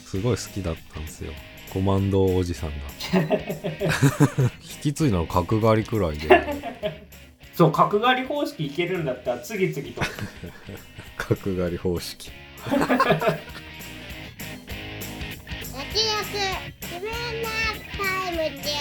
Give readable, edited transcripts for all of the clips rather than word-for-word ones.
すごい好きだったんですよ、コマンドおじさんが引き継いだの角刈りくらいでそう角刈り方式いけるんだったら次々と角刈り方式焼き肉自分のタイムで。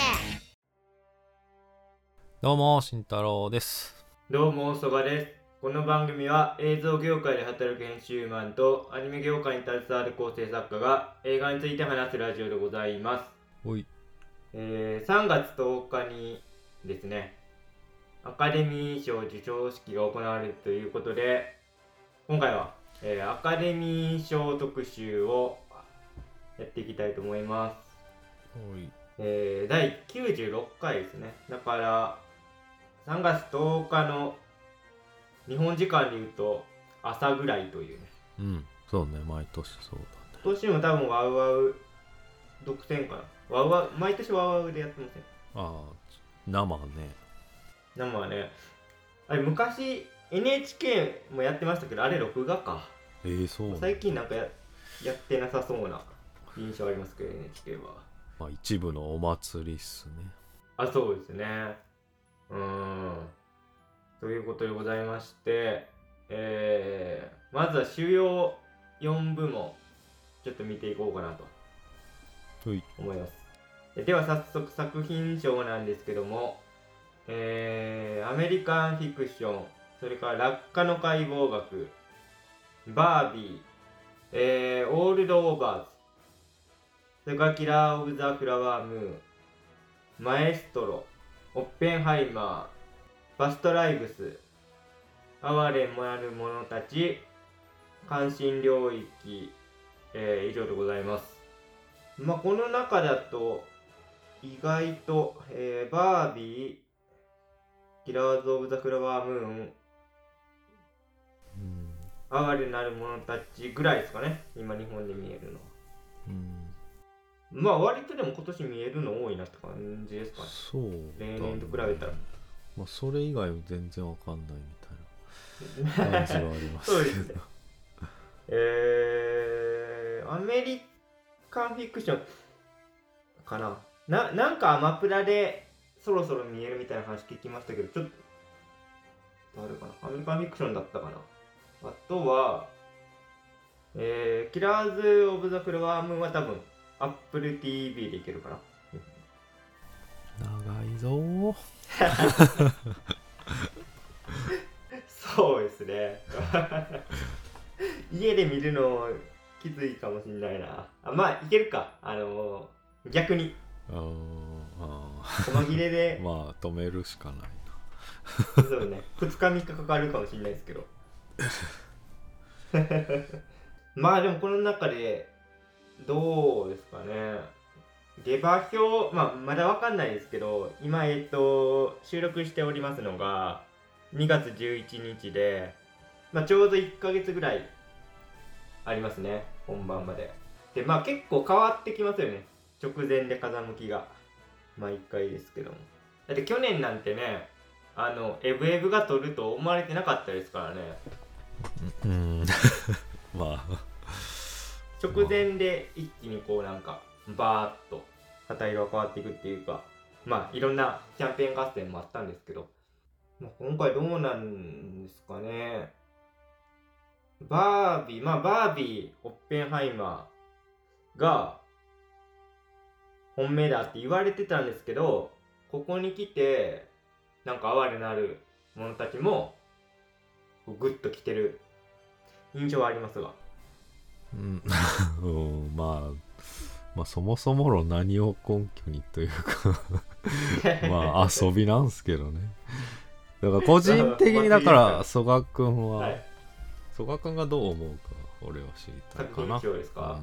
どうも慎太郎です。 どうも曽我です。この番組は映像業界で働く編集マンとアニメ業界に携わる構成作家が映画について話すラジオでございます。 おい、 3月10日にですね、アカデミー賞授賞式が行われるということで、今回は、アカデミー賞特集をやっていきたいと思います。 おい、 第96回ですね。だから3月10日の日本時間でいうと朝ぐらいというね。 うん、そうね、毎年そうだね。 今年も多分ワウワウ独占かな。ワウワウ毎年ワウワウでやってません。 ああ、生ね。 生はね、あれ昔 NHK もやってましたけど、あれ録画か。 そうね。 最近なんか やってなさそうな印象ありますけど NHK は。 まあ一部のお祭りっすね。 あ、そうですね。ということでございまして、まずは主要4部門ちょっと見ていこうかなとはい。 思います。では早速作品賞なんですけども、アメリカンフィクション、それから落下の解剖学、バービー、オールドオーバーズ、それからキラー・オブ・ザ・フラワームーン、マエストロ、オッペンハイマー、バストライブス、哀れもある者たち、関心領域、以上でございます。まあこの中だと意外と、バービー、キラーズ・オブ・ザ・フラワームーン、哀れなる者たちぐらいですかね、今日本で見えるのは。まあ割とでも今年見えるの多いなって感じですかね。 そうだね。 例年と比べたら。 まあそれ以外は全然わかんないみたいな感じはありますけど。 そうですね。アメリカンフィクションかな。なんかアマプラでそろそろ見えるみたいな話聞きましたけど、ちょっと誰かな、アメリカンフィクションだったかな。あとは、キラーズ・オブ・ザ・フラワームーンは多分 Apple TV でいけるかな。 長いぞー。 そうですね。家で見るのきついかもしんないな。まあいけるか。逆に細切れでまあ止めるしかないな。 そうね、2日3日かかるかもしれないですけどまあでもこの中でどうですかね、下馬評、まだわかんないですけど、今収録しておりますのが2月11日で、ちょうど1ヶ月ぐらいありますね、本番まで。で結構変わってきますよね、直前で風向きが。毎回ですけども。だって去年なんてね、エブエブが撮ると思われてなかったですからね。 まあ直前で一気にこうなんかバーッと旗色が変わっていくっていうか、いろんなキャンペーン合戦もあったんですけど、今回どうなんですかね。バービー、オッペンハイマーが本命だって言われてたんですけど、ここに来てなんか哀れなる者たちもグッと来てる印象はありますが、 まあそもそもの何を根拠にというかまあ遊びなんすけどね。だから個人的にだから曽我くんは、曽我くんがどう思うか俺は知りたいかな。 作品賞ですか。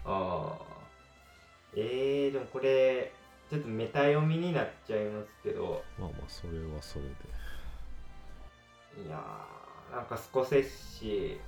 でもこれちょっとメタ読みになっちゃいますけど、 まあそれはそれで。 いやーなんかスコセッシ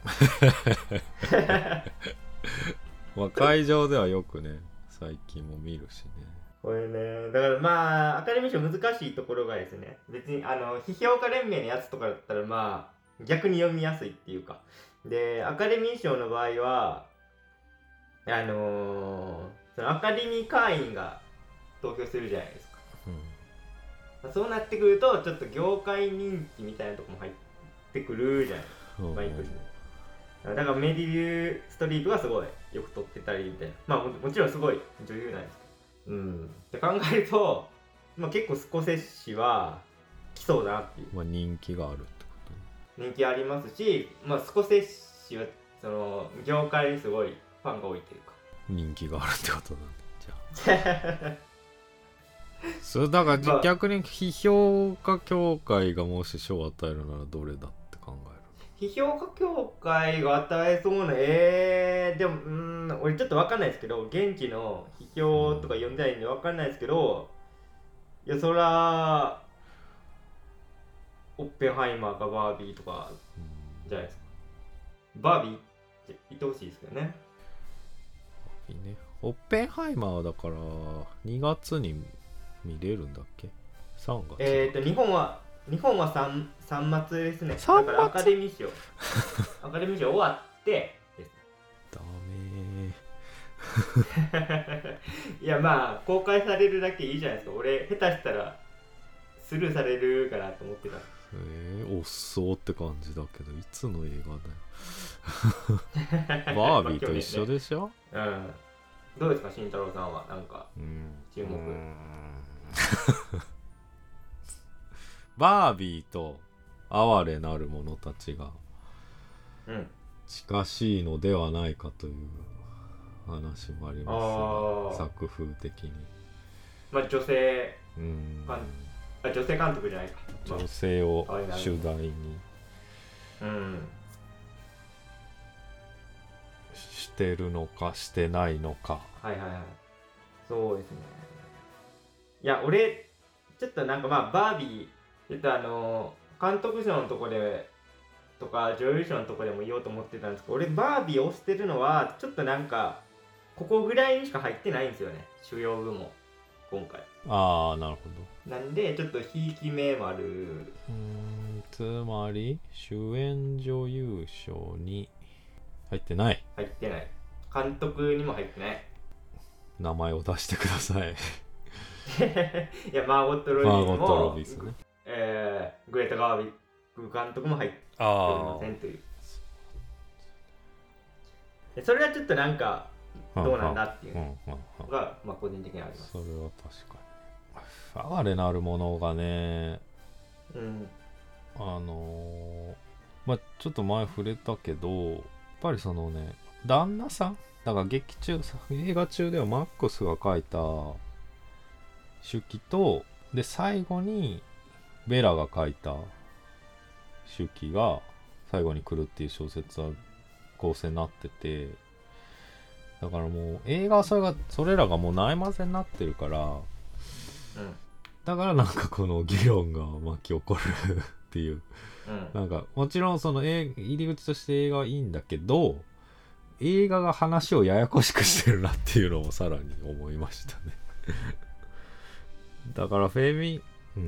会場ではよくね最近も見るしね。 これね、だからアカデミー賞難しいところがですね、別に批評家連盟のやつとかだったら逆に読みやすいっていうか、でアカデミー賞の場合はそのアカデミー会員が投票するじゃないですか。そうなってくるとちょっと業界人気みたいなとこも入ってくるじゃないですか、マイクに。だからメリル・ストリープがすごいよく撮ってたりみたいな、まあ もちろんすごい女優なんですけど、って考えると、まあ、結構スコセッシは来そうだなっていう、 まあ、人気があるってこ人気ありますし、まあ、スコセッシはその業界にすごいファンが多いというか、 人気があるってことなんで、じゃあそれだから、まあ、逆に批評家協会がもし賞を与えるならどれだって考える？批評家協会が与えそうなでも俺ちょっと分かんないですけど、現地の批評とか読んでないんで分かんないですけど、いやそらオッペンハイマーかバービーとかじゃないですか。バービーって言ってほしいですけどね。 いいね。オッペンハイマーはだから2月に見れるんだっけ？3月。 日本は3末ですね。だからアカデミー賞終わってです。 ダメいやまあ公開されるだけいいじゃないですか。俺下手したらスルーされるかなと思ってた。 おっそうって感じだけど、いつの映画だよバービーと一緒でしょ、 どうですか慎太郎さんは、なんか注目。 バービーと哀れなる者たちが近しいのではないかという話もありますね、作風的に。 まあ女性女性監督じゃないか、 女性を主題にしてるのかしてないのか。 そうですね。いや俺ちょっとなんかまあバービー監督賞のとこでとか女優賞のとこでも言おうと思ってたんですけど、俺バービーを推してるのはちょっとなんかここぐらいにしか入ってないんですよね、主要部門今回。 ああ、なるほど。なんでちょっとひいき目もある。 つまり主演女優賞に入ってない。 入ってない。監督にも入ってない。 名前を出してください。 いやマーゴット・ロビーズもね、 グレータ・ガービック監督も入っていませんという。それはちょっとなんかどうなんだっていうのがまあ個人的にあります。 それは確かに。哀れなるものがね、まあちょっと前触れたけど、やっぱりそのね、旦那さんだから映画中ではマックスが書いた手記と、で最後にベラが書いた手記が最後に来るっていう小説は構成になってて、だからもう映画はそれらがもうないまぜになってるから、だからなんかこの議論が巻き起こるっていう、なんかもちろんその入り口として映画はいいんだけど、映画が話をややこしくしてるなっていうのもさらに思いましたね。だからフェミ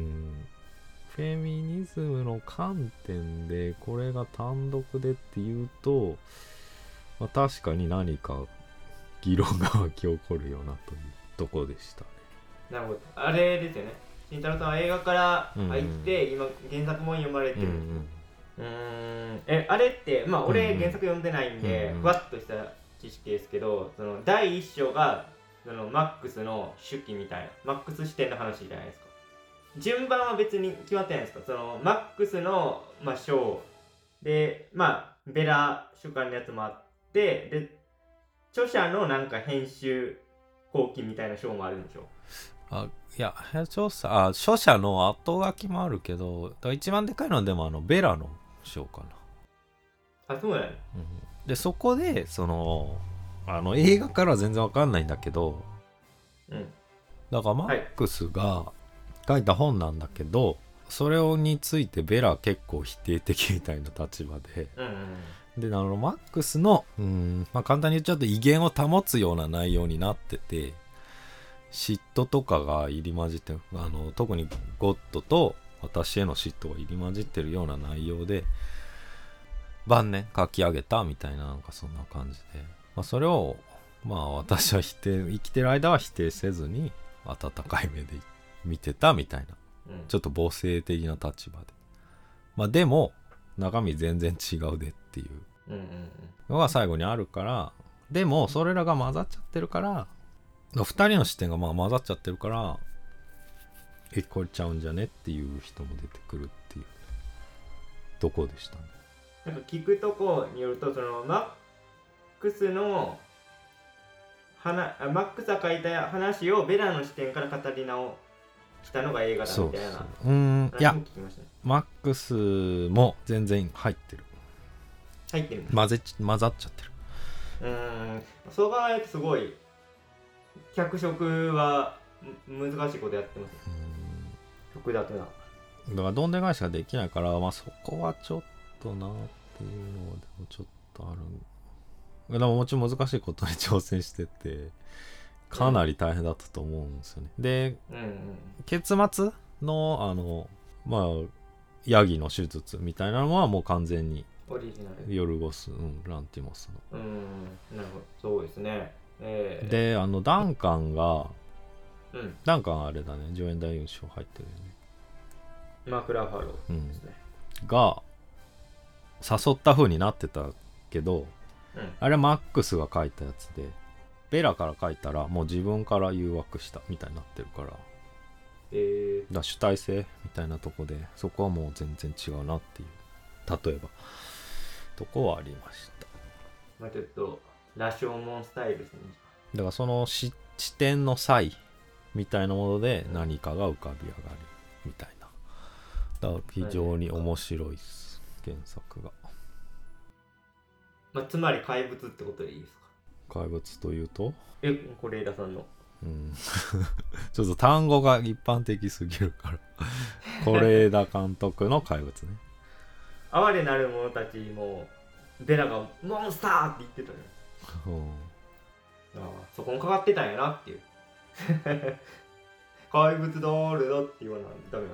ニズムの観点でこれが単独でっていうと、まあ、確かに何か議論が巻き起こるよなというところでしたね。 なるほど。あれですよね、慎太郎さんは映画から入って、今原作も読まれてる。あれってまあ俺原作読んでないんで、ふわっとした知識ですけど、その第一章がそのマックスの手記みたいな、マックス視点の話じゃないですか。順番は別に決まってないですか？そのマックスのまあ章で、まあベラ主観のやつもあって、で著者のなんか編集後期みたいな章もあるんでしょ？ いや著者の後書きもあるけど、一番でかいのはでもベラの章かな。そうやね。 でそこでその映画からは全然わかんないんだけど、だからマックスが書いた本なんだけど、それについてベラ結構否定的みたいな立場で、でマックスのまあ簡単に言っちゃうと威厳を保つような内容になってて、嫉妬とかが入り混じって特にゴッドと私への嫉妬が入り混じってるような内容で晩年書き上げたみたいな、なんかそんな感じで、まあ、それをまあ私は生きてる間は否定せずに温かい目で見てたみたいな、ちょっと母性的な立場で、まあでも中身全然違うでっていうのが最後にあるから、でもそれらが混ざっちゃってるから、2人の視点がまあ混ざっちゃってるから、これちゃうんじゃねっていう人も出てくるっていうとこでしたね。 なんか聞くとこによると、そのマックスが書いた話をベラの視点から語り直したのが映画だみたいな。 いや、マックスも全然入ってる混ざっちゃってる。 そう考えるとすごい脚色は難しいことやってます。複雑な。だからどんでん返しができないから、まあそこはちょっとなっていうのでもちょっとある。でももちろん難しいことに挑戦しててかなり大変だったと思うんですよね。で、結末のまあヤギの手術みたいなのはもう完全にオリジナルヨルゴス、ランティモスの。 なるほど、そうですね。 でダンカンあれだね、助演男優賞入ってるよね。 マーク・ラファローですね、 が誘った風になってたけど、あれマックスが書いたやつで、ベラから書いたらもう自分から誘惑したみたいになってるから、だ主体性みたいなとこでそこはもう全然違うなっていう、例えばとこはありました。 まあちょっと羅生門スタイルですね。 だからその視点の差異みたいなもので何かが浮かび上がるみたいな。だから非常に面白いです、原作が。 まあ、つまり怪物ってことでいいですか？ 怪物というと是枝さんのちょっと単語が一般的すぎるから是枝監督の怪物ね。 哀れなる者たちもベラがモンスターって言ってたね。そこもかかってたんやなっていう怪物誰だって言わないとダメだ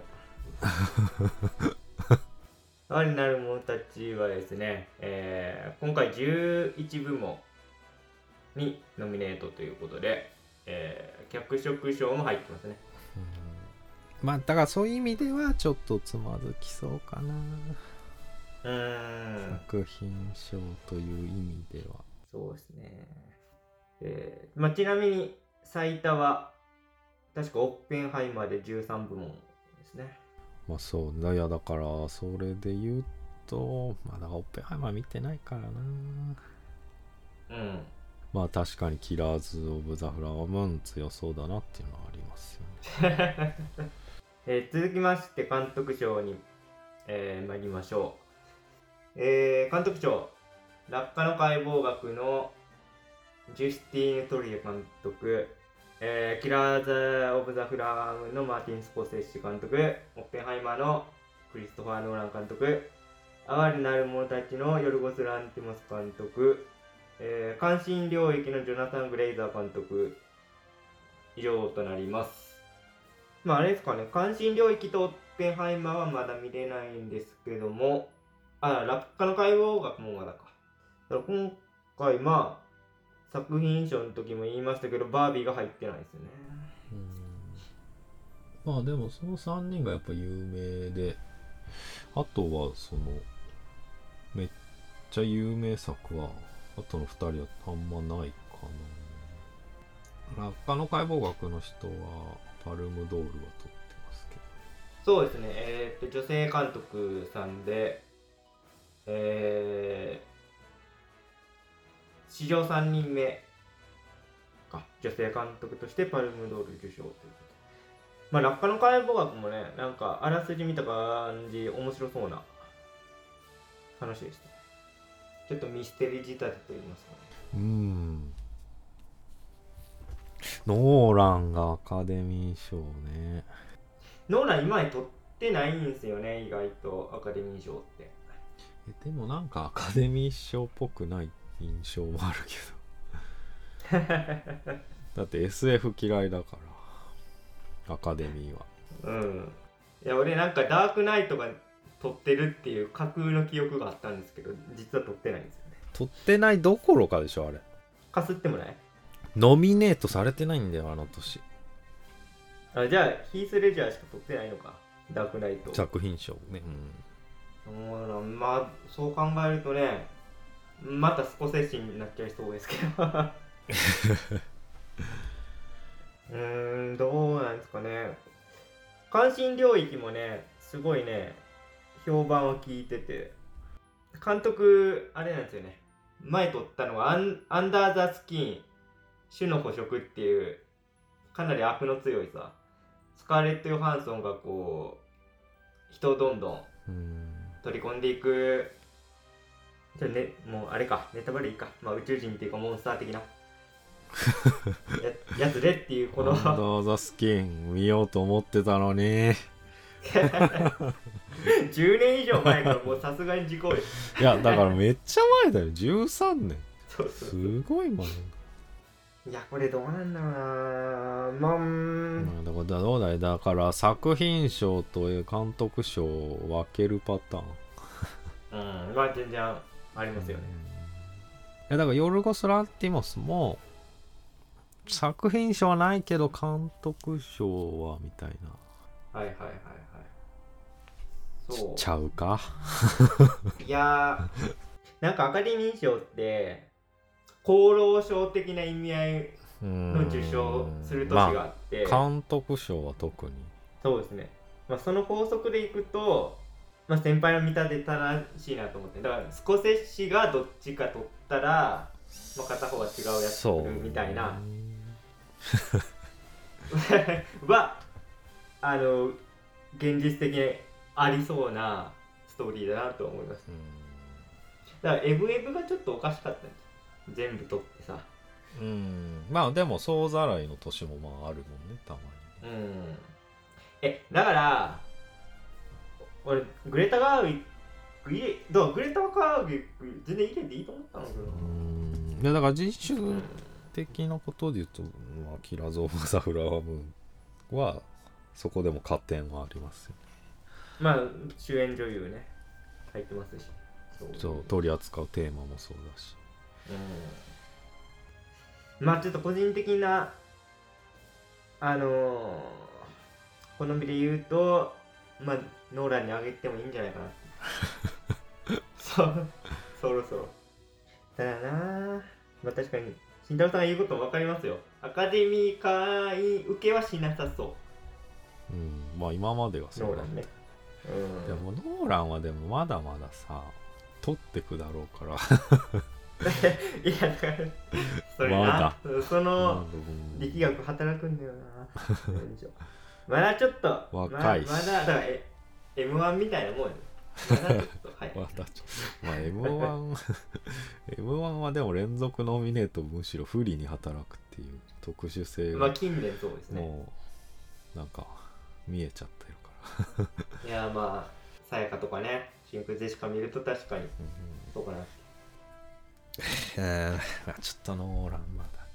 哀れなる者たちはですね、今回11部門にノミネートということで、脚色賞も入ってますね。 まあだからそういう意味ではちょっとつまずきそうかな。作品賞という意味ではそうですね。まあ、ちなみに最多は確かオッペンハイマーで13部門ですね。 まあそうだ、いやだからそれで言うとまだオッペンハイマー見てないからな。まあ確かにキラーズ・オブ・ザ・フラワームーン強そうだなっていうのはありますよね続きまして監督賞に、参りましょう。監督賞、落下の解剖学のジュスティーヌ・トリエ監督、キラーズ・オブ・ザ・フラワームーンのマーティン・スコセッシ監督、オッペンハイマーのクリストファー・ノーラン監督、哀れなる者たちのヨルゴス・ランティモス監督、関心領域のジョナサン・グレイザー監督、以上となります。まああれですかね、関心領域とオッペンハイマーはまだ見れないんですけども、落下の解剖学もまだか。だから今回まあ作品賞の時も言いましたけど、バービーが入ってないですよね。 まあでもその3人がやっぱ有名で、あとはそのめっちゃ有名作はあとの2人はあんまないかな。落下の解剖学の人はパルムドールは取ってますけど。 そうですね、女性監督さんで、史上3人目か、女性監督としてパルムドール受賞ということで。まあ落下の解剖学もね、なんかあらすじ見た感じ面白そうな話でした。ちょっとミステリー仕立てと言いますかね。 ノーランがアカデミー賞ね。 ノーラン今に取ってないんですよね、意外とアカデミー賞って。 でもなんかアカデミー賞っぽくない印象もあるけどだって SF 嫌いだからアカデミーは。 いや俺なんかダークナイトが撮ってるっていう架空の記憶があったんですけど、実は撮ってないんですよね。 撮ってないどころかでしょあれ。 かすってもない？ ノミネートされてないんだよあの年。 あ、じゃあヒース・レジャーしか取ってないのか、ダークナイト。 作品賞ね、 まあそう考えるとね、またスコセッシになっちゃいそうですけどどうなんですかね。関心領域もねすごいね評判を聞いてて、監督あれなんですよね、前撮ったのはアンダー・ザ・スキン種の捕食っていうかなり悪の強いさ、スカーレット・ヨハンソンがこう人をどんどん取り込んでいく、ね、もうあれか、ネタバレいいか、まあ、宇宙人っていうかモンスター的なやつでっていうこのアンダーザスキン見ようと思ってたのに 10年以上前からもうさすがに時効です。 いやだからめっちゃ前だよ、13年。 そうそうそう、 すごい前。 いやこれどうなんだろうな、 だからどうだい、だから作品賞と監督賞を分けるパターン。 まあ全然ありますよね。 いやだからヨルゴス・ランティモスも作品賞はないけど監督賞はみたいな。 はいはいはいはい。そうちゃうかいやなんかアカデミー賞って功労賞的な意味合いの受賞する年があって、 監督賞は特にそうですね、まあ、その法則でいくと、まあ、先輩の見立て正しいなと思って、だからスコセッシがどっちか取ったら、まあ、片方は違うやつ取るみたいなは現実的にありそうなストーリーだなと思います。だからエブエブがちょっとおかしかったんです、全部取ってさ。 まあでも総ざらいの年もまああるもんね、たまに。だから俺グレタ・ガーウィックグレタ・ガーウィック全然入れていいと思ったんだけどな。 いやだから人種的なことで言うと、まあ、キラーズ・オブ・ザ・フラワームーンはそこでも加点はありますよね。 まあ主演女優ね入ってますし、 そう取り扱うテーマもそうだし、 まあちょっと個人的な好みで言うと、まあノーランにあげてもいいんじゃないかなそろそろただな、まあ確かに慎太郎さんが言うことも分かりますよ。アカデミー会員受けはしなさそう。 まあ今まではそうノーランね。 でもノーランはでもまだまださ取ってくだろうからいやだからそれな、その力学働くんだよなまだちょっと若いし、 まだだからM1 みたいなもんよ。まだちょっとはいまあ M1 はでも連続ノミネートむしろ不利に働くっていう特殊性が、 まあ近年そうですね、 もうなんか見えちゃってるからいやまあさやかとかね、真空ジェシカ見ると確かにそうかなちょっとノーランまだ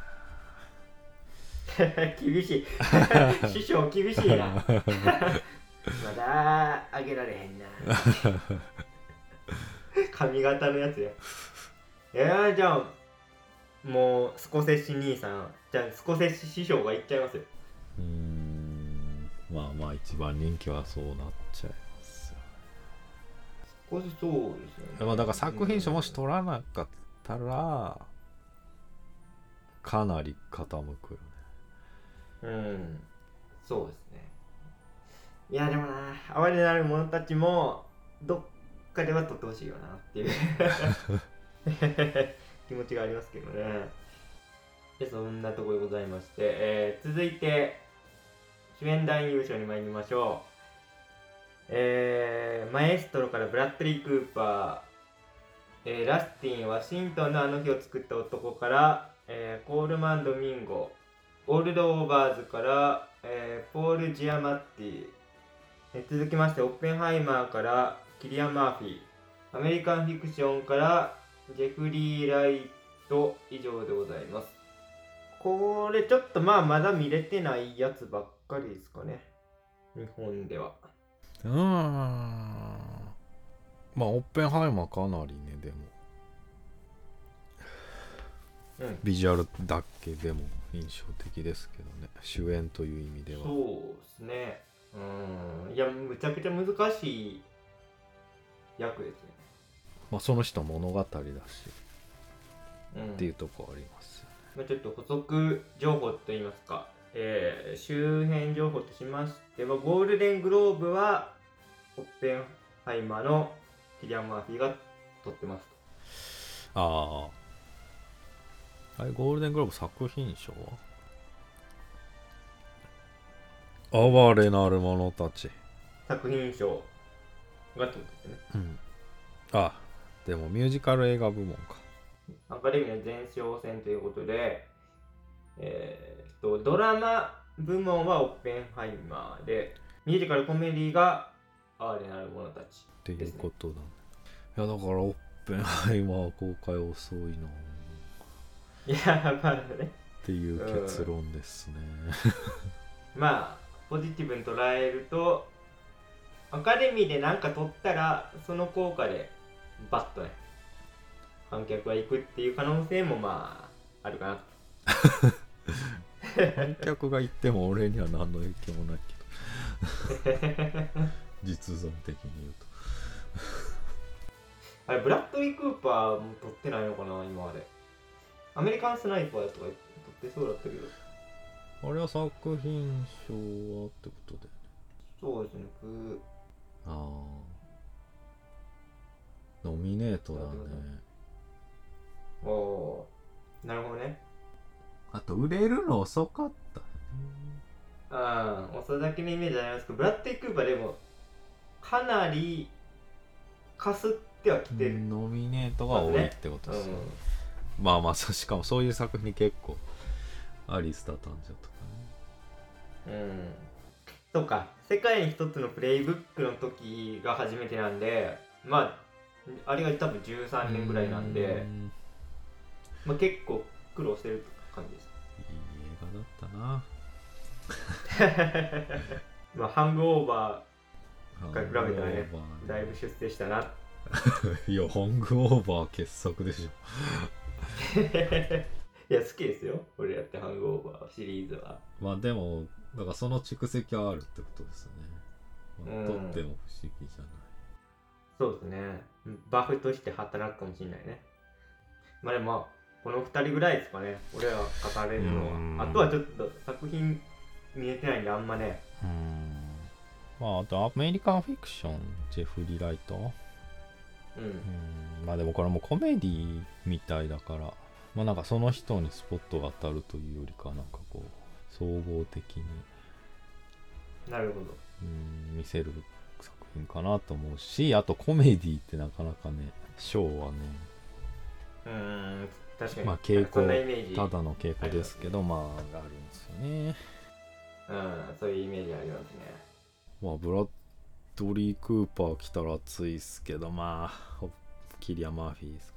かな厳しい師匠厳しいなまだあげられへんな髪型のやつや。じゃあもうスコセッシ兄さん、じゃあスコセッシ師匠がいっちゃいますよ。 まあ一番人気はそうなっちゃいますよ。 そうですよね。 まあだから作品賞もし取らなかったらかなり傾くよね。 そうですね。いやでもな、哀れなる者たちもどっかでは取ってほしいよなっていう気持ちがありますけどね。でそんなところでございまして、続いて主演男優賞に参りましょう。マエストロからブラッドリー・クーパー、ラスティン・ワシントンのあの日を作った男から、コールマン・ドミンゴ、オールド・オーバーズから、ポール・ジアマッティ、続きましてオッペンハイマーからキリアン・マーフィー、アメリカンフィクションからジェフリー・ライト、以上でございます。これちょっとまだ見れてないやつばっかりですかね、日本では。まあオッペンハイマーかなりね、でビジュアルだけでも印象的ですけどね、主演という意味では。 そうですね。いや、むちゃくちゃ難しい役ですよね。 まあその人物語だし、っていうところありますよね。 まあ、ちょっと補足情報といいますか、周辺情報としましては、ゴールデングローブはオッペンハイマーのキリアン・マーフィーが取ってますと。 あれゴールデングローブ作品賞は哀れなる者たち。 作品賞がってことですね。 でもミュージカル映画部門か。 アカデミーの前哨戦ということで、ドラマ部門はオッペンハイマーで、ミュージカルコメディが哀れなる者たち、 っていうことだね。いやだからオッペンハイマー公開遅いな。 いや、まあね。 っていう結論ですね。 まあ、ポジティブに捉えると、アカデミーで何か取ったら、その効果でバッとね、観客は行くっていう可能性もまあ、あるかな。 観客が行っても俺には何の影響もないけど。実存的に言うと。 あれ、ブラッドリー・クーパーも取ってないのかな、今まで。アメリカンスナイパーとか取ってそうだったけど。 あれは作品賞はってことで。 そうですね、 ノミネートだね。 おー、なるほどね。 あと売れるの遅かった。 遅咲きのイメージありますけど、ブラッドリー・クーパーでも、かなりかすってはきてる。 ノミネートが多いってことですよね。まあしかもそういう作品に結構アリスタ誕生とかね。そうか、世界に一つのプレイブックの時が初めてなんで、まああれが多分13年ぐらいなんで、まあ結構苦労してる感じです。 いい映画だったな。 まあハングオーバーから比べたらね、だいぶ出世したな。 いや、ハングオーバー傑作でしょ。 いや、好きですよ、俺やってハングオーバーシリーズは。 まあでも、だからその蓄積はあるってことですね。まあ、とっても不思議じゃない。 そうですね。バフとして働くかもしれないね。まあでも、この2人ぐらいですかね、俺らが語れるのは。あとはちょっと作品見えてないんで、あんまね。 まあ、あとアメリカンフィクション、ジェフリー・ライト。まあでもこれもコメディみたいだから、まあなんかその人にスポットが当たるというよりか、なんかこう、総合的に。 なるほど。 見せる作品かなと思うし、あとコメディってなかなかね、ショーはね、 確かに。 まあ傾向、ただの傾向ですけど、まああるんですよね。 そういうイメージありますね。 まあブラッドリー・クーパー来たら熱いっすけど、まあキリアン・マーフィーですか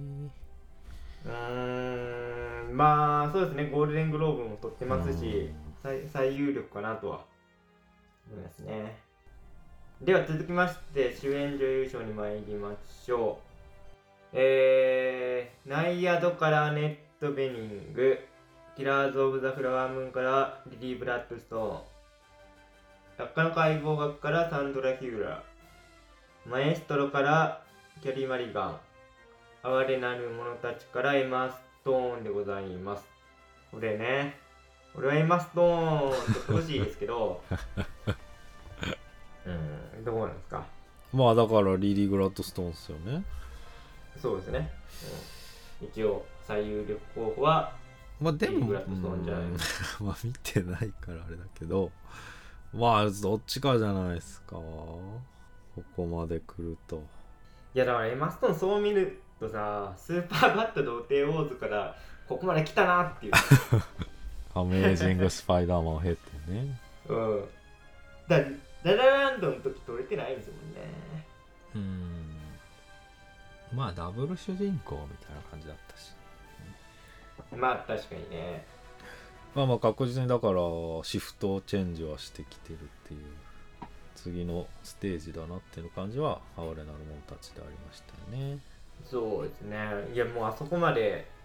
ね。まあそうですね、ゴールデングローブも取ってますし、最有力かなとは思いますね。では続きまして主演女優賞に参りましょう。ナイアドからネット・ベニング、キラーズ・オブ・ザ・フラワームーンからリリー・ブラッドストーン、落下の解剖学からサンドラ・ヒューラー、マエストロからキャリー・マリガン、哀れなる者たちからエマ・ストーンでございます。これね、俺はエマ・ストーンとってほしいですけどどうなんですか。 まあだからリリー・グラッドストーンですよね。 そうですね、一応最有力候補はまあでもリリー・グラッドストーンじゃないまあ見てないからあれだけど、まあどっちかじゃないですか、ここまで来ると。 いやだからエマ・ストーンそう見るとさ、スーパーバット童貞オーズからここまで来たなっていうアメージング・スパイダーマンを経てね。 ララランドの時撮れてないんですもんね。 まあダブル主人公みたいな感じだったし、 まあ確かにね。 まあ確実にだからシフトチェンジはしてきてるっていう、次のステージだなっていう感じは哀れなる者たちでありましたよね。 そうですね。いやもうあそこまで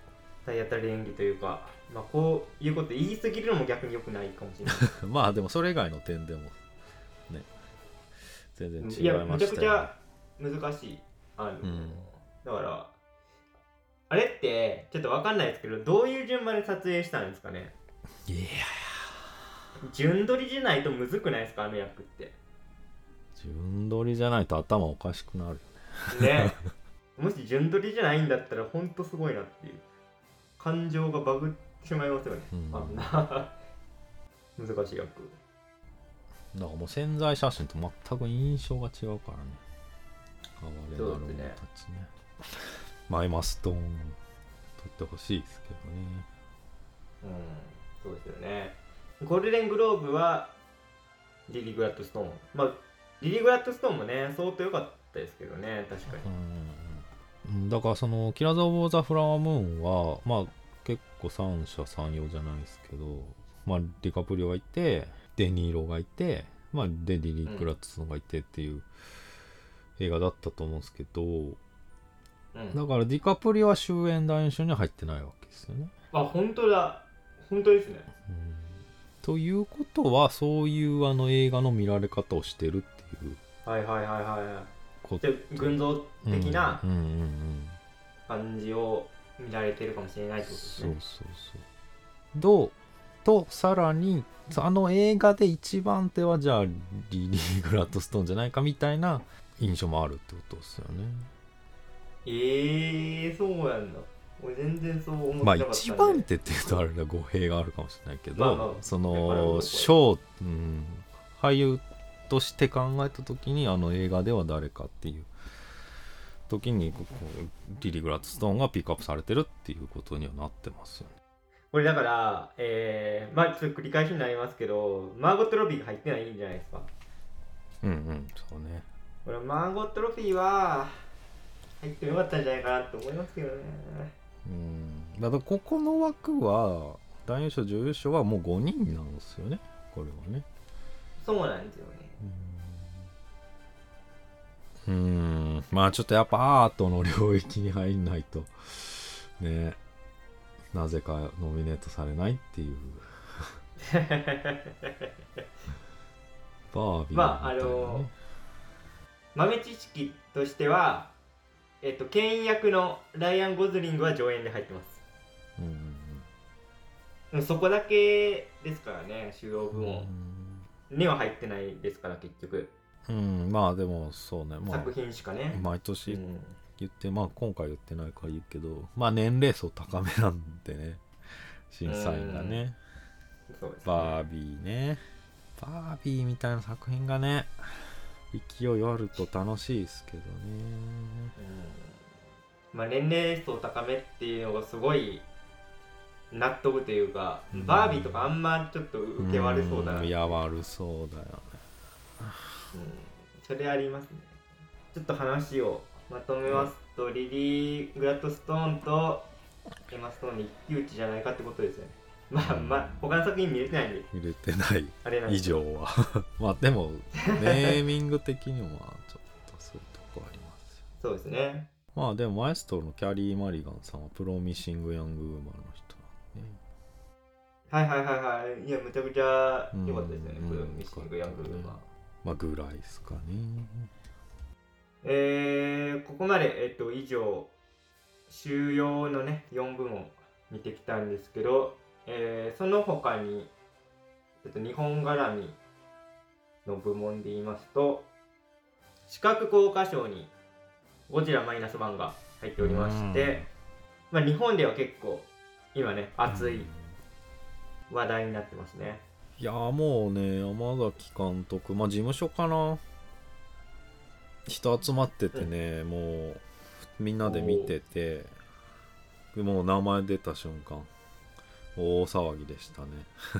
体当たり演技というか、まあこういうこと言い過ぎるのも逆に良くないかもしれないまあでもそれ以外の点でもね全然違いましたよね。 いやめちゃくちゃ難しいだからあれってちょっと分かんないですけど、どういう順番で撮影したんですかね。 いや順撮りじゃないとむずくないですか、あの役って。 順撮りじゃないと頭おかしくなるよね。ねもし順撮りじゃないんだったらほんとすごいなっていう、感情がバグってしまいますよね、あんな難しい役だからもう潜在写真と全く印象が違うからね。哀れなる者たちね。マイマストーン撮ってほしいですけどね。 そうですよね。ゴールデングローブはリリー・グラッドストーン、まあリリー・グラッドストーンもね相当良かったですけどね、確かに。だからそのキラーズ・オブ・ザ・フラワームーンはまあ結構三者三様じゃないですけど、まあディカプリオがいてデニーロがいて、まあでリリー・グラッドストーンがいてっていう映画だったと思うんですけど、だからディカプリオは主演男優賞には入ってないわけですよね。 あ、本当だ、本当ですね。 ということはそういう映画の見られ方をしてるっていうじゃ群像的な感じを見られてるかもしれないってことですね。 そうとさらにあの映画で一番手はじゃあリリー・グラッドストーンじゃないかみたいな印象もあるってことですよね。 そうなんだ。俺全然そう思ってなまあかったんで。 一番手って言うとあれだ語弊があるかもしれないけど、その俳優として考えた時にあの映画では誰かっていう時にリリー・グラッドストーンがピックアップされてるっていうことにはなってますよね。 これだからまあちょっと繰り返しになりますけど、マーゴット・ロビーが入ってないんじゃないですか。 そうね。 これマーゴット・ロビーは入ってもよかったんじゃないかなと思いますけどね。 だからここの枠は男優賞女優賞はもう5人なんですよね、これはね。 そうなんですよね。まあちょっとやっぱアートの領域に入んないとね、なぜかノミネートされないっていうバービーみたいなね。 まあ豆知識としてはケン役のライアン・ゴズリングは上演で入ってます。そこだけですからね、主要部門には入ってないですから結局。 まあでもそうね、まあ、 作品しかね毎年言って、まあ今回言ってないから言うけど、まあ年齢層高めなんでね、審査員がね。 そうですね。 バービーね、バービーみたいな作品がね勢いあると楽しいですけどね。 まあ年齢層高めっていうのがすごい納得というか、バービーとかあんまちょっと受け悪そうだな。 いや悪そうだよね。 それありますね。ちょっと話をまとめますと、リリー・グラッドストーンとエマ・ストーンに一騎打ちじゃないかってことですよね。まあ他の作品見れてないんで。 見れてないあれなんです以上はまあでもネーミング的にもまあちょっとそういうとこありますよ。 そうですね。 まあでもマエストロのキャリー・マリガンさんはプロミシング・ヤング・ウーマンの人なんでね。いやむちゃくちゃ良かったですよね、プロミシング・ヤング・ウーマン。 まあぐらいですかね。 ここまで以上主要のね4部門見てきたんですけど、その他にちょっと日本絡みの部門で言いますと、視覚効果賞にゴジラマイナス1が入っておりまして、まあ、日本では結構今ね熱い話題になってますね。 いやもうね、山崎監督、まあ事務所かな、人集まっててね、もうみんなで見てて、もう名前出た瞬間大騒ぎでしたね。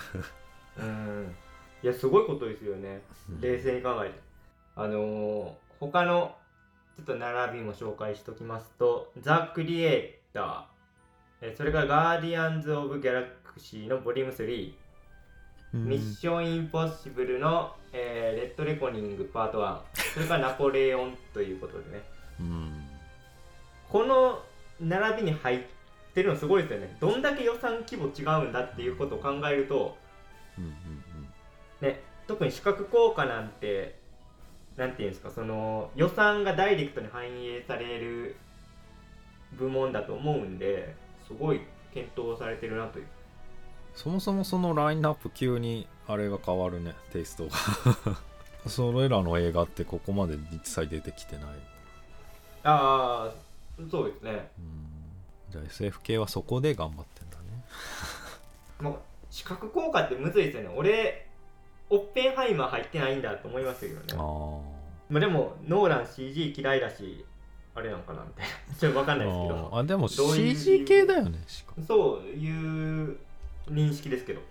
いやすごいことですよね、冷静に考えて。他のちょっと並びも紹介しておきますと、ザ・クリエイター、それからガーディアンズ・オブ・ギャラクシーのボリューム3、ミッション・インポッシブルの、レッド・レコニングパート1、それからナポレオンということでね、この並びに入っってるのすごいですよね。どんだけ予算規模違うんだっていうことを考えると、ね、特に視覚効果なんてなんていうんですか、その予算がダイレクトに反映される部門だと思うんで、すごい検討されてるなという。 そもそもそのラインナップ急にあれが変わるね、テイストがそれらの映画ってここまで実際出てきてない。 ああ、そうですね。 じゃあ SF 系はそこで頑張ってんだねもう視覚効果ってむずいですよね。俺オッペンハイマー入ってないんだと思いますけどね。まあでもノーラン CG 嫌いだしあれなんかなみたいなちょっと分かんないですけど、 あでも CG 系だよね、しかもそういう認識ですけど、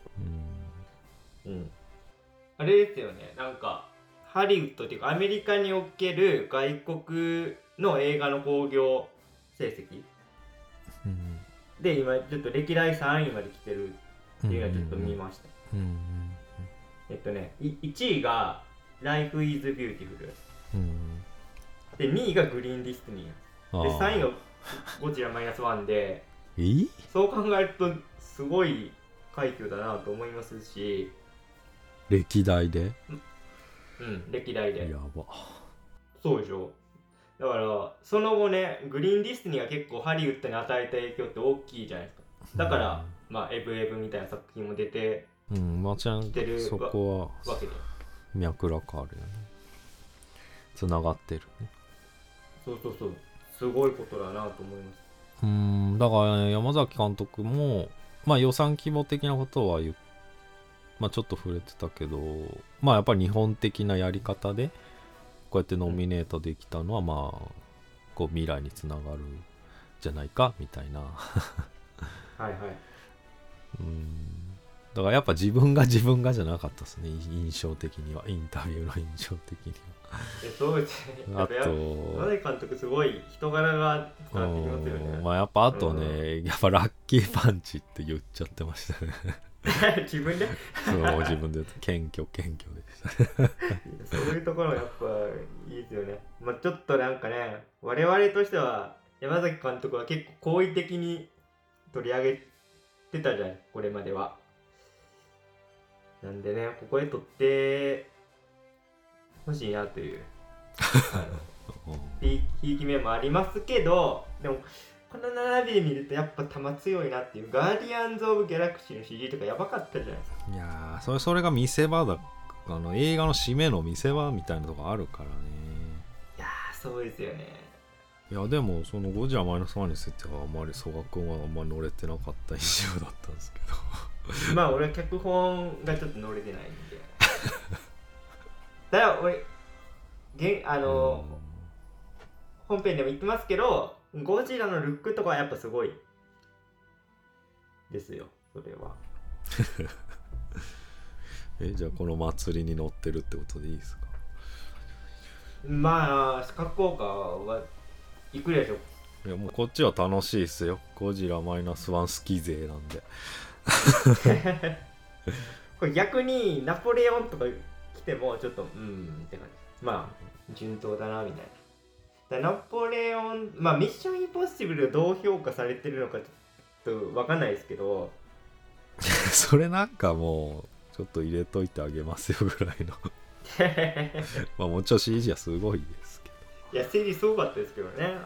あれですよね、なんかハリウッドっていうかアメリカにおける外国の映画の興行成績、で今ちょっと歴代3位まで来てるっていうのはちょっと見ました。1位が Life is Beautiful、で2位がグリーンディスニーで3位がゴジラマイナスワンでそう考えるとすごい快挙だなと思いますし、 歴代で歴代でやば。 そうでしょ。だからその後ね、グリーンディスニーが結構ハリウッドに与えた影響って大きいじゃないですか。だから、まあエブエブみたいな作品も出てちゃんとそこはわけで脈絡あるよね、つながってるね。 そうすごいことだなと思います。 だから、ね、山崎監督もまあ予算規模的なことはちょっと触れてたけど、まあやっぱり日本的なやり方でこうやってノミネートできたのはまあこう未来につながるんじゃないかみたいなだからやっぱ自分がじゃなかったですね、印象的には。インタビューの印象的にはそうですね。 あと山崎監督すごい人柄が伝わってきますよね。 まあやっぱあとね、やっぱラッキーパンチって言っちゃってましたね自分でそう自分で謙虚でしたそういうところやっぱいいですよね。まあちょっとなんかね、我々としては山崎監督は結構好意的に取り上げてたじゃん、これまでは。なんでね、ここへ取ってほしいなというひいき目もありますけど、でもこの並びで見るとやっぱ球強いなっていう。ガーディアンズ・オブ・ギャラクシーの CG とかやばかったじゃないですか。 いやーそれが見せ場だ。映画の締めの見せ場みたいなとこあるからね。 いやーそうですよね。 いやでもそのゴジラマイナスワンについてはあんまり曽我君はあんまり乗れてなかった印象だったんですけどまあ俺は脚本がちょっと乗れてないんでだから俺本編でも言ってますけど、ゴジラのルックとかはやっぱすごいですよ、それはじゃあこの祭りに乗ってるってことでいいですか。 まあ視覚効果はいくらでしょ。 いやもうこっちは楽しいっすよ、ゴジラマイナスワン好き勢なんでこれ逆にナポレオンとか来てもちょっとって感じ。まあ順当だなみたいな。ナポレオン、まあミッションインポッシブルどう評価されてるのかちょっと分かんないですけどそれなんかもうちょっと入れといてあげますよぐらいのまあもちろん CG はすごいですけど。いや CG すごかったですけどね、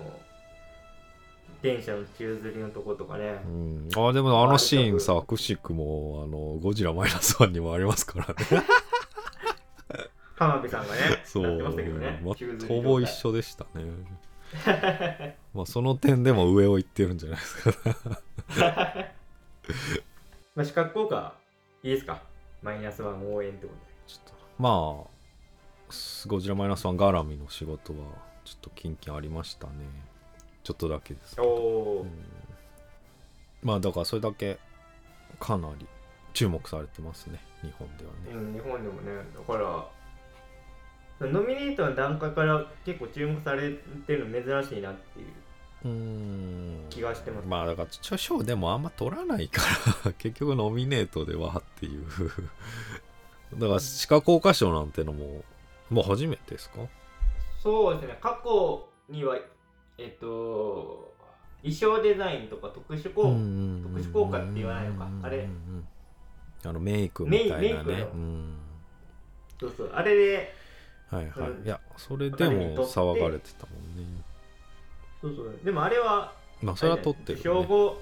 電車の宙吊りのとことかね。 でもシーンさ、くしくもゴジラマイナスワンにもありますからね浜辺さんがねそうやってましたけどね、 ほぼ一緒でしたねまあその点でも上を行ってるんじゃないですかまあ視覚効果いいですか、マイナスワン応援ってことで。 ちょっとまあゴジラマイナスワン絡みの仕事はちょっとキンキンありましたね、ちょっとだけですけど。まあだからそれだけかなり注目されてますね、日本ではね。 日本でもね、だからノミネートの段階から結構注目されてるの珍しいなっていう気がしてます。 まあだから賞でもあんま取らないから結局ノミネートではっていうだから視覚効果賞なんてのももう初めてですか。 そうですね、過去には衣装デザインとか特殊効果って言わないのか、あれメイクみたいなね。 そうそう、あれではいはい、いやそれでも騒がれてたもんね。 そうそう、でもあれはまあそれは撮ってる、ね、 受賞後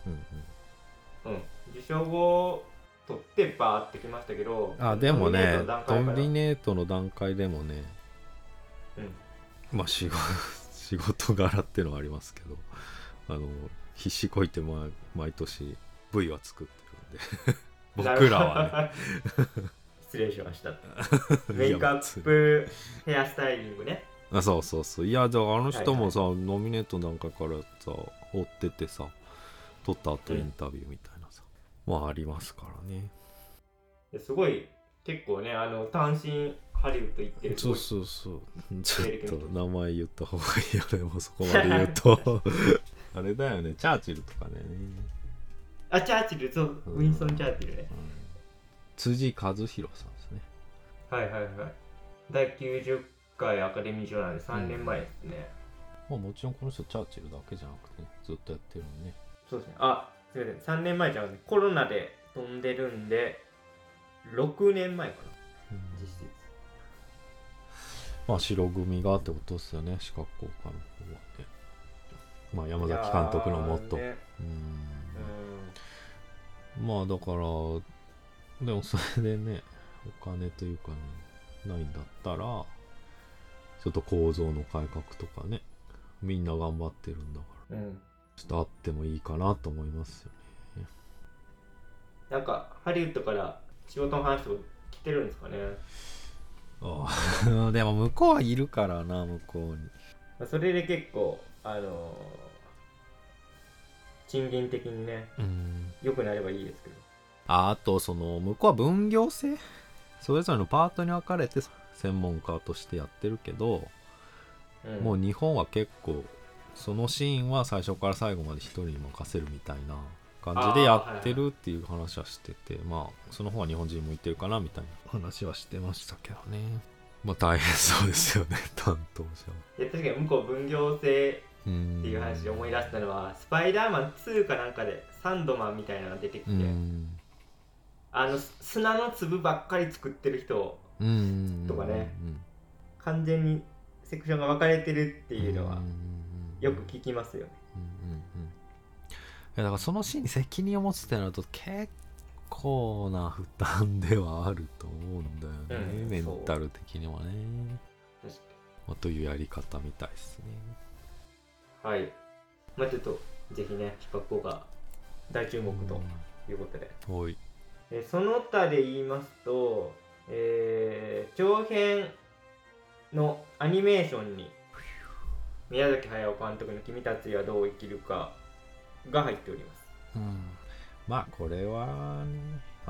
受賞後撮ってバーってきましたけど、 でもねドミネートの段階でもね、まあ仕事柄っていうのはありますけど、必死こいて毎年 V は作ってるんで僕らはね失礼しましたメイクアップヘアスタイリングね。 そうそうそう、いやだからあの人もさ、ノミネートなんかからさ追っててさ、撮った後インタビューみたいなさ、まあありますからね。 すごい結構ね、単身ハリウッド行ってる。 そうちょっと名前言った方がいいよね、もうそこまで言うとあれだよね、チャーチルとかね。 チャーチル、そう、ウィンストン・チャーチルね、 辻和弘さんですね。 はいはいはい。第90回アカデミー賞なんで3年前ですね。 もちろんこの人チャーチルだけじゃなくて、ね、ずっとやってるのね。 そうですね。すみません、3年前じゃなくてコロナで飛んでるんで6年前かな、実質。 まあ白組がってことですよね、視覚効果の方はね。まあ山崎監督のもと、まあだからでもそれでね、お金というかねないんだったら、ちょっと構造の改革とかね、みんな頑張ってるんだから、ちょっとあってもいいかなと思いますよね。 なんかハリウッドから仕事の話とか来てるんですかね。 でも向こうはいるからな、向こうに。 それで結構賃金的にね、良くなればいいですけど。 あとその向こうは分業制、それぞれのパートに分かれて専門家としてやってるけど、もう日本は結構そのシーンは最初から最後まで一人に任せるみたいな感じでやってるっていう話はしてて、まあその方が日本人向いてるかなみたいな話はしてましたけどね。まあ大変そうですよね、担当者は。 いや確かに向こう分業制っていう話で思い出したのは、スパイダーマン2かなんかでサンドマンみたいなのが出てきて、砂の粒ばっかり作ってる人とかね、完全にセクションが分かれてるっていうのはよく聞きますよね。 だからそのシーンに責任を持つってなると結構な負担ではあると思うんだよね、メンタル的にはね。というやり方みたいですね。 はい、まあちょっとぜひね、比較効果大注目ということで、その他で言いますと、長編のアニメーションに宮崎駿監督の君たちはどう生きるかが入っております。 まあこれはね、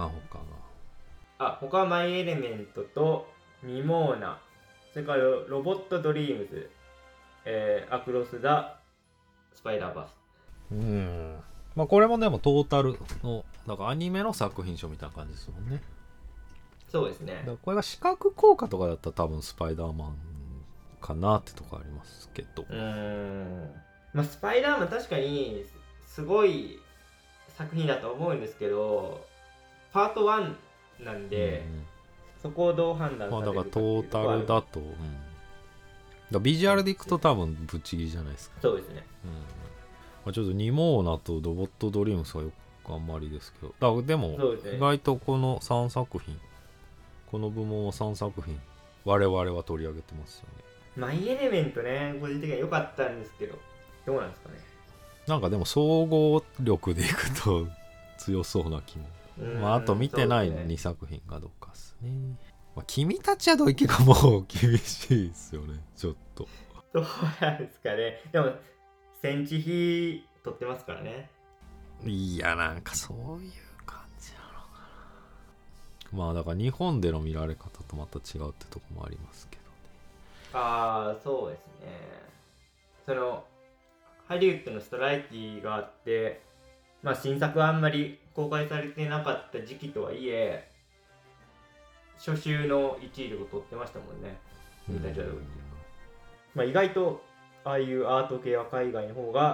他はマイエレメントとニモーナ、それからロボットドリームズ、アクロス・ザ・スパイダーバース。 まあこれもでもトータルのだからアニメの作品賞みたいな感じですもんね。 そうですね。 だからこれが視覚効果とかだったら多分スパイダーマンかなってとこありますけど、 まあスパイダーマン確かにすごい作品だと思うんですけど、パート1なんで、そこをどう判断されるかっていうところはある。だからトータルだと、 だビジュアルでいくと多分ぶっちぎりじゃないですか。 そうですね。 まあ、ちょっとニモーナとロボットドリームスはよくあんまりですけど、でも意外とこの3作品、この部門は3作品我々は取り上げてますよね。 マイエレメントね、個人的には良かったんですけど、どうなんですかね。 なんかでも総合力でいくと強そうな気も。まああと見てない2作品がどうかですね。まあ、君たちはどういけかもう厳しいですよね、ちょっと。 そうなんですかね。でも戦地費取ってますからね。 いや、なんかそういう感じなのかな。まあだから日本での見られ方とまた違うってとこもありますけどね。 そうですね。そのハリウッドのストライキがあって、まあ新作はあんまり公開されてなかった時期とはいえ、初週の1位を取ってましたもんね。君たちはどういけるか。まあ意外とああいうアート系は海外の方が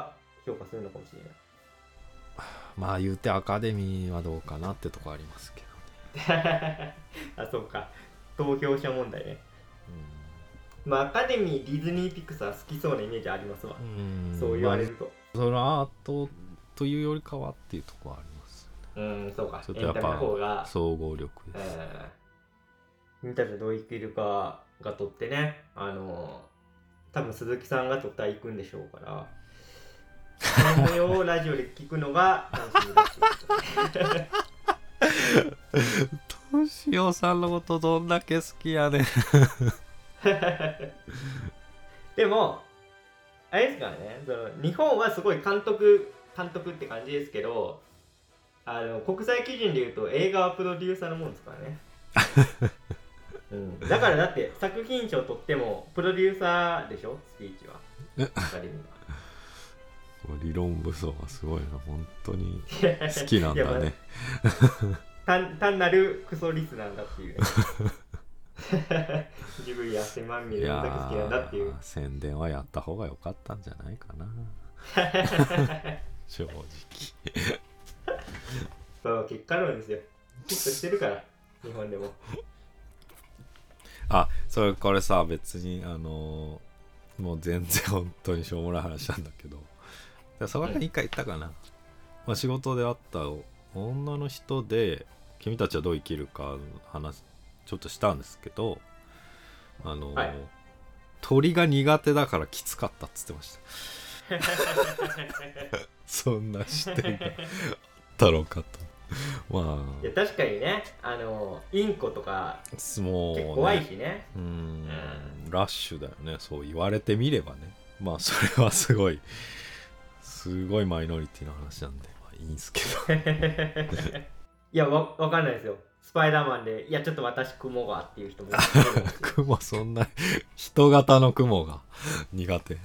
評価するのかもしれない。 まあ言うてアカデミーはどうかなってとこありますけどね。 あ、そうか、投票者問題ね。まあアカデミー、ディズニーピクサー好きそうなイメージありますわ。そう言われると、 それはアートというよりかはっていうところはあります。 そうか、 ちょっとやっエンタメの方がぱ総合力です。 君たちはどう生きるかが取ってね、多分鈴木さんが取ったら行くんでしょうから、その模様をラジオで聞くのが楽しみです。 としおさんのことどんだけ好きやねん。 でもあれですからね、その日本はすごい監督って感じですけど、国際基準でいうと映画はプロデューサーのもんですからね。だからだって作品賞取ってもプロデューサーでしょ、スピーチは。アカデミーは理論武装はすごいな、本当に好きなんだね。 単なるクソリスなんだっていうね。ジブリや1000万ミリどんだけ好きなんだっていう。 宣伝はやった方が良かったんじゃないかな。正直。 そう結果論ですよ。ヒットしてるから日本でも。 これさ、別にもう全然本当にしょうもない話なんだけど、佐賀君に一回言ったかな、仕事で会った女の人で君たちはどう生きるか話ちょっとしたんですけど、鳥が苦手だからきつかったっつってました。そんな視点があったろうかと。 いや確かにね、インコとか結構怖いしね。 ラッシュだよね、そう言われてみればね。それはすごいマイノリティの話なんでいいんすけど。 いやわかんないですよ。スパイダーマンで、いやちょっと私クモがっていう人もいる。 クモ、そんな人型のクモが苦手。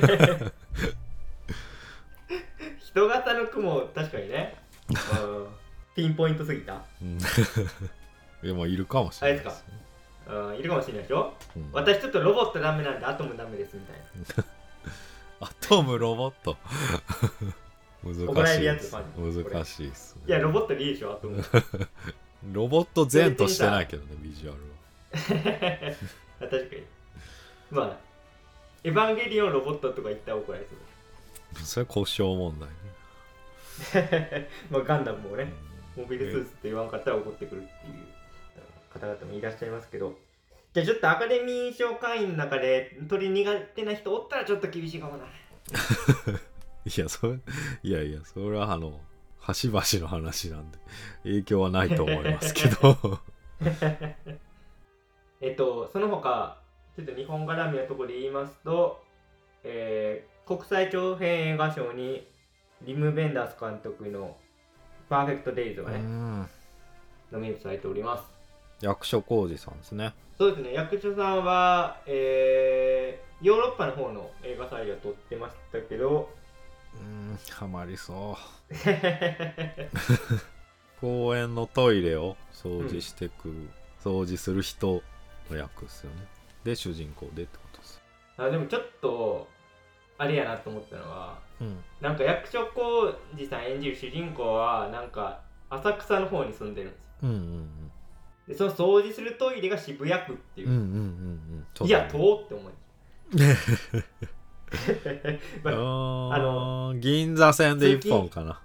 人型のクモ確かにね。ピンポイントすぎた。 でもいるかもしれないですね。 いるかもしれないでしょ。私ちょっとロボットダメなんでアトムダメですみたいな。 アトムロボット難しいです。難しいっすね。 いやロボットでいいでしょ、アトム。 ロボット前としてないけどね、ビジュアルは。 確かに。エヴァンゲリオンロボットとか言ったら怒られそう。それは故障問題ね。ガンダムもね、モビルスーツって言わんかったら怒ってくるっていう方々もいらっしゃいますけど、じゃあちょっとアカデミー賞会員の中で鳥苦手な人おったらちょっと厳しいかもな。 いやそれは端々の話なんで影響はないと思いますけど。 その他ちょっと日本絡みのところで言いますと、国際長編映画賞にリム・ベンダース監督のパーフェクト・デイズがねノミネートされております。 役所広司さんですね。 そうですね、役所さんは、ヨーロッパの方の映画祭を撮ってましたけど、 ハマりそう。公園のトイレを掃除してくる、掃除する人の役ですよね。で主人公でってことです。 でもちょっとあれやなと思ったのは、なんか役所広司さん演じる主人公はなんか浅草の方に住んでるんですよ。でその掃除するトイレが渋谷区っていう。いや遠って思い。 銀座線で1本かな。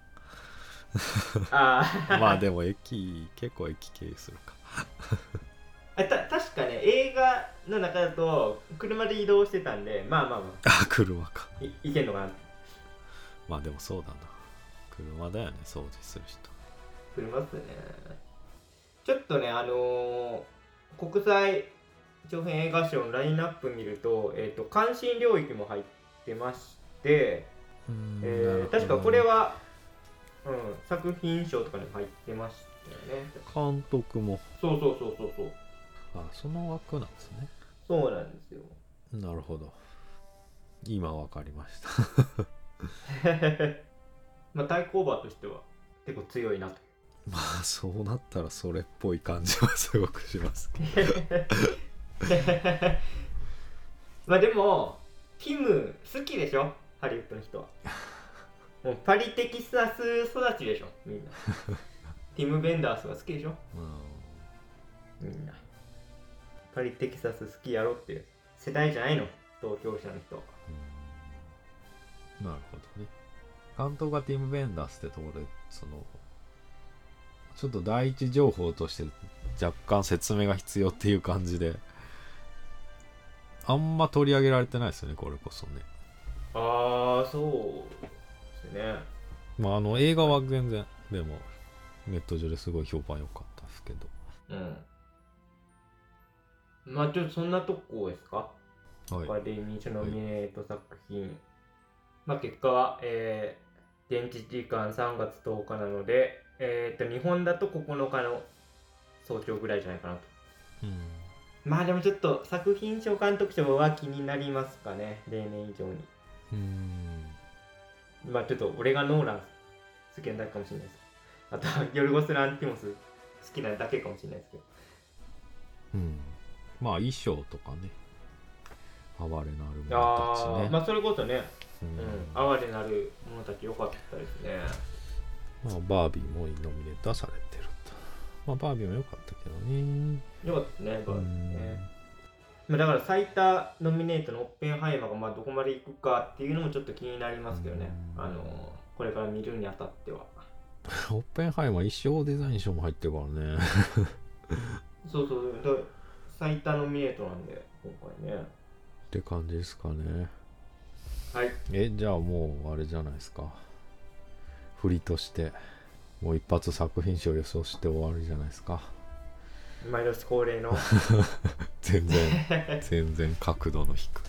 でも結構駅経由するか。 確かね、映画の中だと車で移動してたんで、 車かいけんのかな。 でもそうだな、車だよね、掃除する人。 車っすね。ちょっとね、国際長編映画賞のラインナップ見ると、関心領域も入ってまして、確かこれは、作品賞とかにも入ってましたよね。 監督も。 そう。 その枠なんですね。 そうなんですよ。 なるほど。今わかりました。 対抗馬としては結構強いなと。 そうなったらそれっぽい感じはすごくしますけど。でもキム好きでしょ、ハリウッドの人は。 もうパリテキサス育ちでしょみんなティム・ベンダースが好きでしょみんなパリテキサス好きやろっていう世代じゃないの投票者の人は。 なるほどね。監督がティム・ベンダースってところでそのちょっと第一情報として若干説明が必要っていう感じであんま取り上げられてないですよねこれこそね。 ああそうですね。 まあ映画は全然でもネット上ですごい評判良かったですけど。 まあちょっとそんなとこですか、 はい、 アカデミー賞ノミネート作品、まあ結果は、現地時間3月10日なので、日本だと9日の早朝ぐらいじゃないかなと。まあでもちょっと作品賞監督賞は気になりますかね例年以上に。まあちょっと俺がノーラン好きなだけかもしれないです。あとヨルゴス・ランティモス好きなだけかもしれないですけど。 まあ衣装とかね哀れなる者たちね。 まあそれこそね、哀れなる者たち良かったですね。 まあバービーもノミネートはされてると。まあバービーも良かったけどね。 良かったですねバービーね。だから最多ノミネートのオッペンハイマーがまあどこまでいくかっていうのもちょっと気になりますけどね。これから見るにあたっては。 オッペンハイマー衣装デザイン賞も入ってるからね。 そう最多ノミネートなんで今回ね。 って感じですかね。 はい。 じゃあもうあれじゃないですか。振りとしてもう一発作品賞予想して終わりじゃないですか。 毎年恒例の全然角度の低い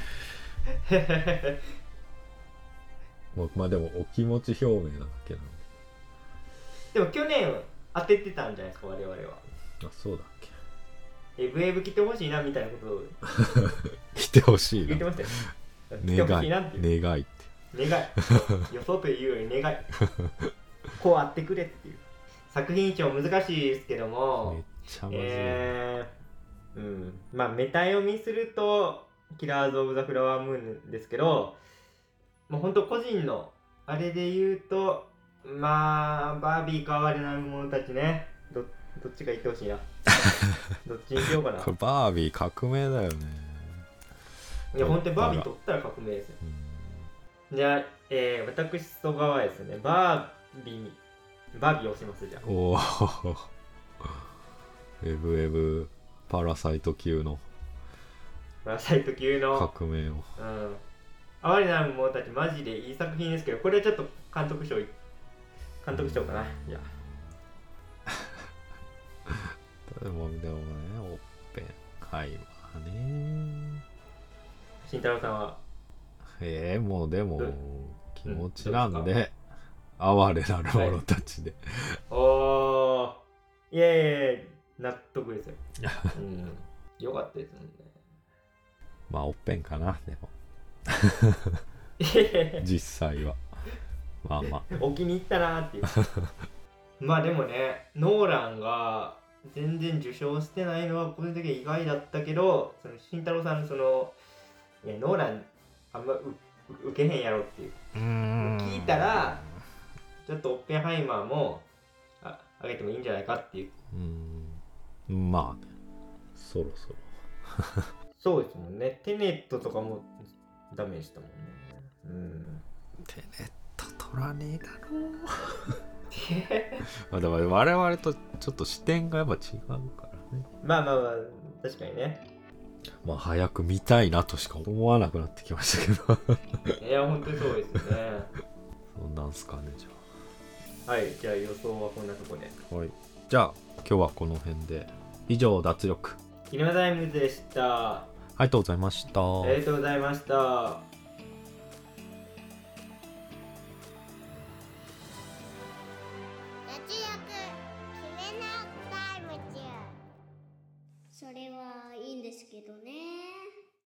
まあでもお気持ち表明なだけなのでも去年当ててたんじゃないですか我々は。 あ、そうだっけ。 エブエブ来てほしいなみたいなことを来てほしいな言ってましたよ。来てほしいなっていう願いって予想というより願いこうあってくれっていう。作品賞難しいですけどもめっちゃむずい、 まあメタ読みするとキラーズ・オブ・ザ・フラワームーンですけど、もうほんと個人のあれで言うとまあバービーか哀れなる者たちね。どっちが言ってほしいなどっちにしようかな。 これバービー革命だよね。 いや本当にバービー取ったら革命ですよ。じゃあ、私曽我はですねバービーを押します。じゃあおおエブパラサイト級の革命を。 哀れなる者たちマジでいい作品ですけど、これはちょっと監督賞かな。いやでもねオッペンハイマーね。 慎太郎さんはもうでも気持ちなんで哀れなる者たちで、 おーいや納得ですよよかったですもんね。 まあオッペンかなでも実際はまあお気に入ったなーっていうまあでもねノーランが全然受賞してないのは個人的に意外だったけど、その慎太郎さんのノーランあんま受けへんやろっていう聞いたらちょっとオッペンハイマーもあげてもいいんじゃないかっていう。 まあねそろそろそうですもんね。テネットとかもダメでしたもんね。 テネット取らねえだろだから我々とちょっと視点がやっぱ違うからね。 まあ確かにね。 まあ早く見たいなとしか思わなくなってきましたけどいや本当にそうですよねそんなんすかね。じゃあはい、じゃあ予想はこんなとこで。 はい、じゃあ今日はこの辺で。以上脱力キネマタイムズでした。 ありがとうございました。 ありがとうございました。 脱力決めなタイムズ。それはいいんですけどね。